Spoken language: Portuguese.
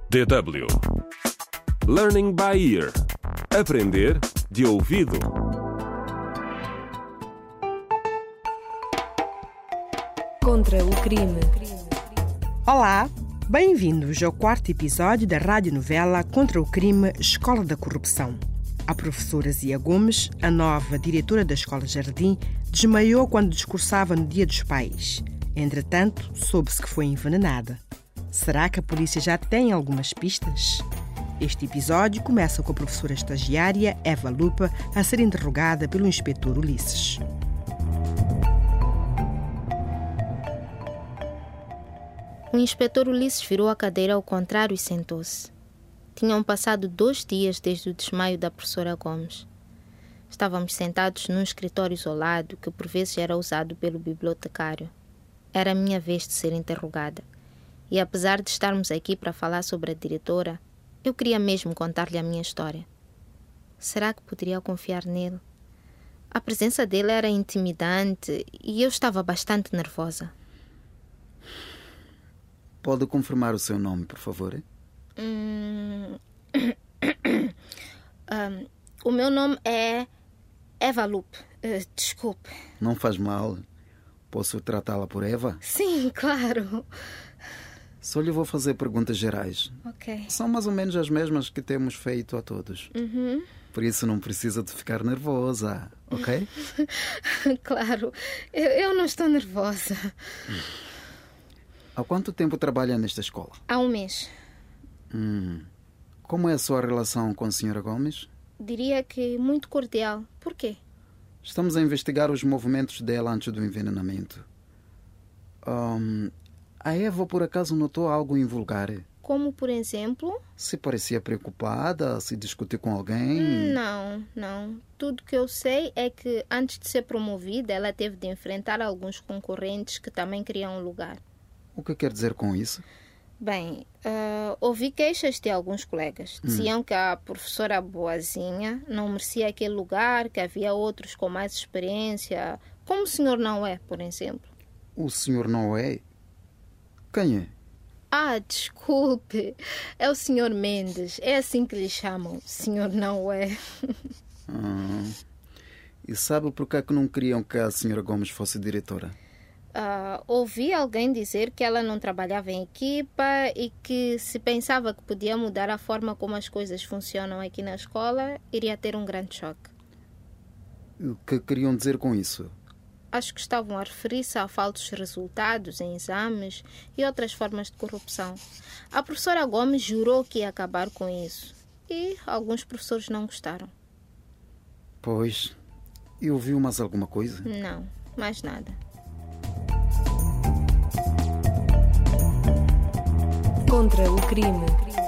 DW Learning by Ear. Aprender de ouvido. Contra o crime. Olá, bem-vindos ao quarto episódio da radionovela Contra o Crime, Escola da Corrupção. A professora Zia Gomes, a nova diretora da Escola Jardim, desmaiou quando discursava no Dia dos Pais. Entretanto, soube-se que foi envenenada. Será que a polícia já tem algumas pistas? Este episódio começa com a professora estagiária Eva Lupa a ser interrogada pelo inspetor Ulisses. O inspetor Ulisses virou a cadeira ao contrário e sentou-se. Tinham passado 2 dias desde o desmaio da professora Gomes. Estávamos sentados num escritório isolado que por vezes era usado pelo bibliotecário. Era a minha vez de ser interrogada. E apesar de estarmos aqui para falar sobre a diretora, eu queria mesmo contar-lhe a minha história. Será que poderia confiar nele? A presença dele era intimidante e eu estava bastante nervosa. Pode confirmar o seu nome, por favor? O meu nome é Eva Lupe. Desculpe. Não faz mal. Posso tratá-la por Eva? Sim, claro. Só lhe vou fazer perguntas gerais. Ok. São mais ou menos as mesmas que temos feito a todos. Por isso não precisa de ficar nervosa, ok? Claro. Eu não estou nervosa. Há quanto tempo trabalha nesta escola? Há 1 mês. Como é a sua relação com a senhora Gomes? Diria que muito cordial. Por quê? Estamos a investigar os movimentos dela antes do envenenamento. A Eva, por acaso, notou algo invulgar? Como, por exemplo? Se parecia preocupada, se discutiu com alguém? Não. Tudo que eu sei é que, antes de ser promovida, ela teve de enfrentar alguns concorrentes que também queriam um lugar. O que quer dizer com isso? Bem, ouvi queixas de alguns colegas. Diziam que a professora boazinha não merecia aquele lugar, que havia outros com mais experiência, como o senhor Noé, por exemplo. O senhor Noé? Quem é? Desculpe. É o senhor Mendes. É assim que lhe chamam. Senhor Noé. E sabe por que é que não queriam que a senhora Gomes fosse diretora? Ouvi alguém dizer que ela não trabalhava em equipa e que se pensava que podia mudar a forma como as coisas funcionam aqui na escola, iria ter um grande choque. O que queriam dizer com isso? Acho que estavam a referir-se a falsos resultados em exames e outras formas de corrupção. A professora Gomes jurou que ia acabar com isso e alguns professores não gostaram. Pois, e ouviu mais alguma coisa? Não, mais nada. Contra o crime.